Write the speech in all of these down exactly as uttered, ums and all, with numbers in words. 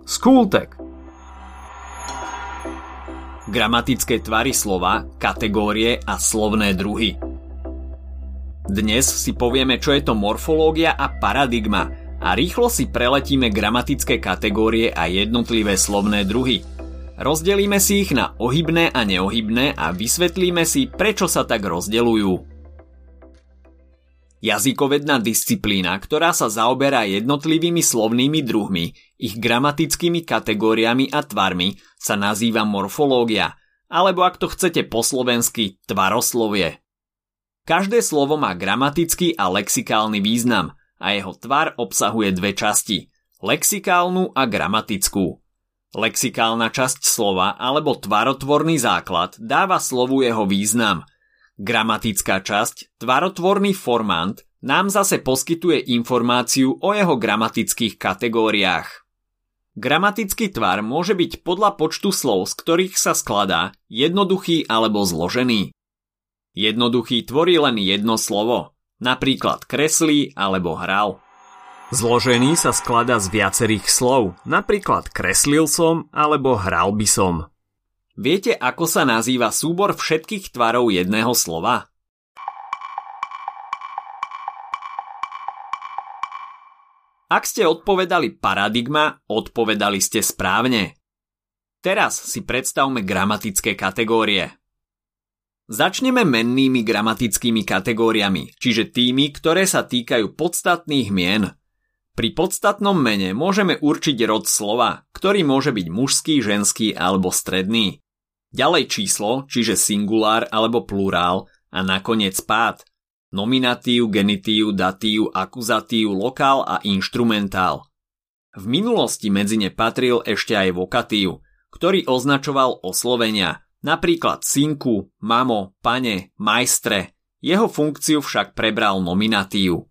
Skultek. Gramatické tvary slova, kategórie a slovné druhy. Dnes si povieme, čo je to morfológia a paradigma a rýchlo si preletíme gramatické kategórie a jednotlivé slovné druhy. Rozdelíme si ich na ohybné a neohybné a vysvetlíme si, prečo sa tak rozdeľujú. Jazykovedná disciplína, ktorá sa zaoberá jednotlivými slovnými druhmi, ich gramatickými kategóriami a tvarmi, sa nazýva morfológia, alebo ak to chcete po slovensky, tvaroslovie. Každé slovo má gramatický a lexikálny význam a jeho tvar obsahuje dve časti, lexikálnu a gramatickú. Lexikálna časť slova alebo tvarotvorný základ dáva slovu jeho význam. Gramatická časť, tvarotvorný formant, nám zase poskytuje informáciu o jeho gramatických kategóriách. Gramatický tvar môže byť podľa počtu slov, z ktorých sa skladá, jednoduchý alebo zložený. Jednoduchý tvorí len jedno slovo, napríklad kreslí alebo hral. Zložený sa skladá z viacerých slov, napríklad kreslil som alebo hral by som. Viete, ako sa nazýva súbor všetkých tvarov jedného slova? Ak ste odpovedali paradigma, odpovedali ste správne. Teraz si predstavme gramatické kategórie. Začneme mennými gramatickými kategóriami, čiže tými, ktoré sa týkajú podstatných mien. Pri podstatnom mene môžeme určiť rod slova, ktorý môže byť mužský, ženský alebo stredný. Ďalej číslo, čiže singulár alebo plurál a nakoniec pád, nominatív, genitív, datív, akuzatív, lokál a inštrumentál. V minulosti medzi ne patril ešte aj vokatív, ktorý označoval oslovenia, napríklad synku, mamo, pane, majstre, jeho funkciu však prebral nominatív.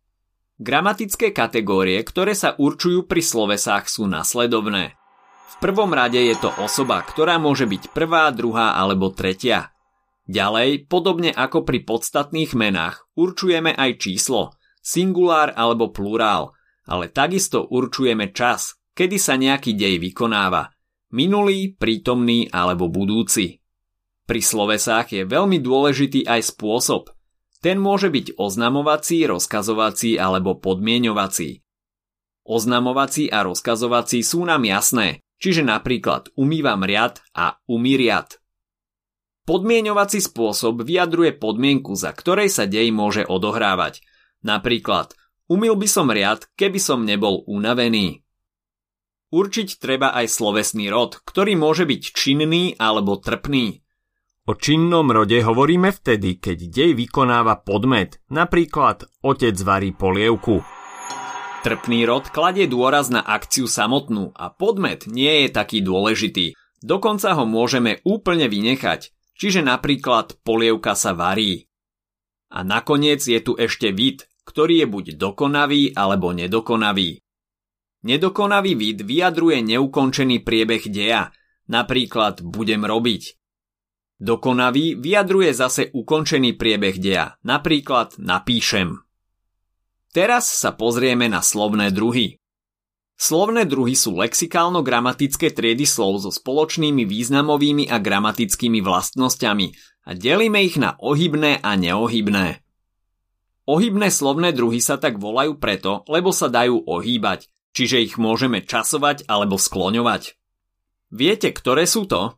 Gramatické kategórie, ktoré sa určujú pri slovesách, sú nasledovné. V prvom rade je to osoba, ktorá môže byť prvá, druhá alebo tretia. Ďalej, podobne ako pri podstatných menách, určujeme aj číslo, singulár alebo plurál, ale takisto určujeme čas, kedy sa nejaký dej vykonáva, minulý, prítomný alebo budúci. Pri slovesách je veľmi dôležitý aj spôsob. Ten môže byť oznamovací, rozkazovací alebo podmieňovací. Oznamovací a rozkazovací sú nám jasné, čiže napríklad umývam riad a umý riad. Podmieňovací spôsob vyjadruje podmienku, za ktorej sa dej môže odohrávať. Napríklad, umyl by som riad, keby som nebol unavený. Určiť treba aj slovesný rod, ktorý môže byť činný alebo trpný. O činnom rode hovoríme vtedy, keď dej vykonáva podmet, napríklad otec varí polievku. Trpný rod kladie dôraz na akciu samotnú a podmet nie je taký dôležitý, dokonca ho môžeme úplne vynechať, čiže napríklad polievka sa varí. A nakoniec je tu ešte vid, ktorý je buď dokonavý alebo nedokonavý. Nedokonavý vid vyjadruje neukončený priebeh deja, napríklad budem robiť. Dokonavý vyjadruje zase ukončený priebeh deja, napríklad napíšem. Teraz sa pozrieme na slovné druhy. Slovné druhy sú lexikálno-gramatické triedy slov so spoločnými významovými a gramatickými vlastnosťami a delíme ich na ohybné a neohybné. Ohybné slovné druhy sa tak volajú preto, lebo sa dajú ohýbať, čiže ich môžeme časovať alebo skloňovať. Viete, ktoré sú to?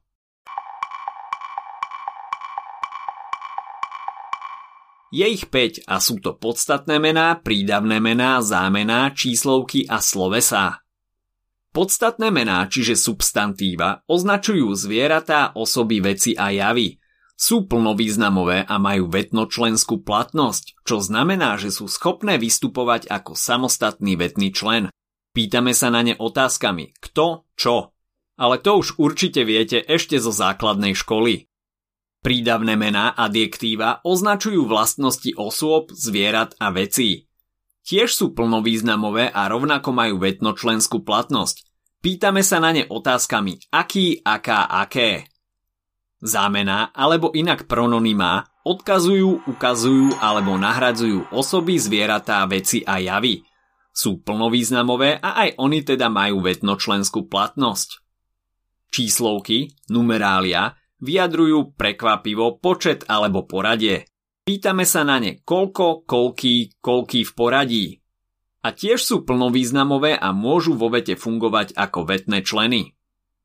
Je ich päť a sú to podstatné mená, prídavné mená, zámená, číslovky a slovesá. Podstatné mená, čiže substantíva, označujú zvieratá, osoby, veci a javy. Sú plnovýznamové a majú vetnočlenskú platnosť, čo znamená, že sú schopné vystupovať ako samostatný vetný člen. Pýtame sa na ne otázkami kto, čo. Ale to už určite viete ešte zo základnej školy. Prídavné mená, adjektíva označujú vlastnosti osôb, zvierat a vecí. Tiež sú plnovýznamové a rovnako majú vetnočlenskú platnosť. Pýtame sa na ne otázkami aký, aká, aké. Zámená alebo inak prononymá odkazujú, ukazujú alebo nahradzujú osoby, zvieratá, veci a javy. Sú plnovýznamové a aj oni teda majú vetnočlenskú platnosť. Číslovky, numerália, vyjadrujú prekvapivo počet alebo poradie. Pýtame sa na ne koľko, koľký, koľký v poradí. A tiež sú plnovýznamové a môžu vo vete fungovať ako vetné členy.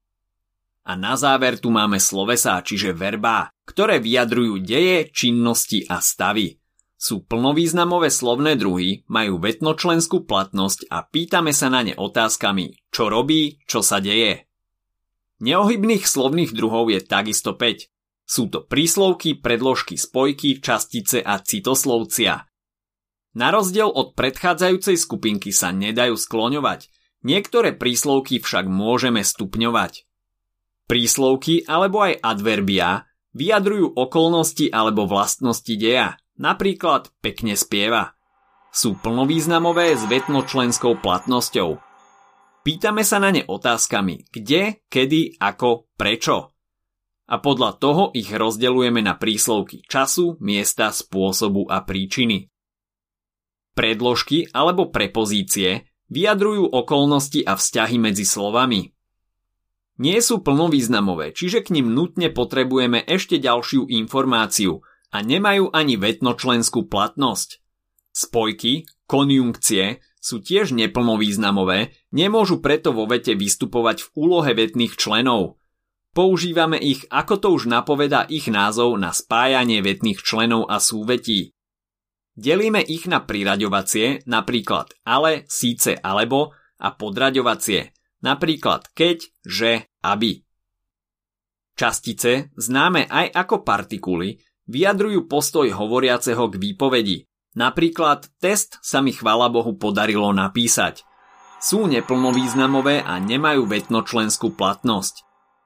A na záver tu máme slovesá, čiže verbá, ktoré vyjadrujú deje, činnosti a stavy. Sú plnovýznamové slovné druhy, majú vetnočlenskú platnosť a pýtame sa na ne otázkami, čo robí, čo sa deje. Neohybných slovných druhov je takisto päť. Sú to príslovky, predložky, spojky, častice a citoslovcia. Na rozdiel od predchádzajúcej skupinky sa nedajú skloňovať, niektoré príslovky však môžeme stupňovať. Príslovky alebo aj adverbia vyjadrujú okolnosti alebo vlastnosti deja, napríklad pekne spieva. Sú plnovýznamové s vetnočlenskou platnosťou. Pýtame sa na ne otázkami kde, kedy, ako, prečo. A podľa toho ich rozdeľujeme na príslovky času, miesta, spôsobu a príčiny. Predložky alebo prepozície vyjadrujú okolnosti a vzťahy medzi slovami. Nie sú plnovýznamové, čiže k nim nutne potrebujeme ešte ďalšiu informáciu a nemajú ani vetnočlenskú platnosť. Spojky, konjunkcie sú tiež neplnovýznamové, nemôžu preto vo vete vystupovať v úlohe vetných členov. Používame ich, ako to už napovedá ich názov, na spájanie vetných členov a súvetí. Delíme ich na priraďovacie, napríklad ale, síce, alebo, a podraďovacie, napríklad keď, že, aby. Častice, známe aj ako partikuly, vyjadrujú postoj hovoriaceho k výpovedi. Napríklad test sa mi chvála Bohu podarilo napísať. Sú neplnovýznamové a nemajú vetnočlenskú platnosť.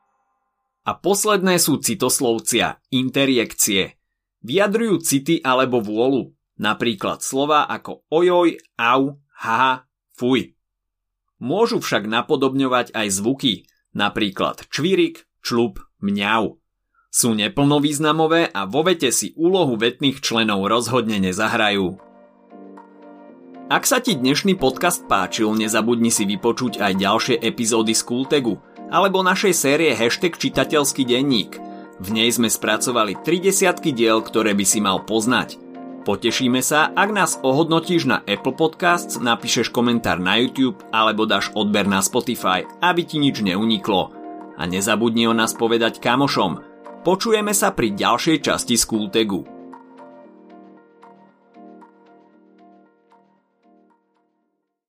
A posledné sú citoslovcia, interjekcie. Vyjadrujú city alebo vôľu, napríklad slová ako ojoj, au, haha, fuj. Môžu však napodobňovať aj zvuky, napríklad čvirik, člup, mňau. Sú neplnovýznamové a vo vete si úlohu vetných členov rozhodne nezahrajú. Ak sa ti dnešný podcast páčil, nezabudni si vypočuť aj ďalšie epizódy z Kultegu alebo našej série Hashtag čitateľský denník. V nej sme spracovali tri desiatky diel, ktoré by si mal poznať. Potešíme sa, ak nás ohodnotíš na Apple Podcasts, napíšeš komentár na YouTube alebo dáš odber na Spotify, aby ti nič neuniklo. A nezabudni o nás povedať kamošom. Počujeme sa pri ďalšej časti z Kultegu.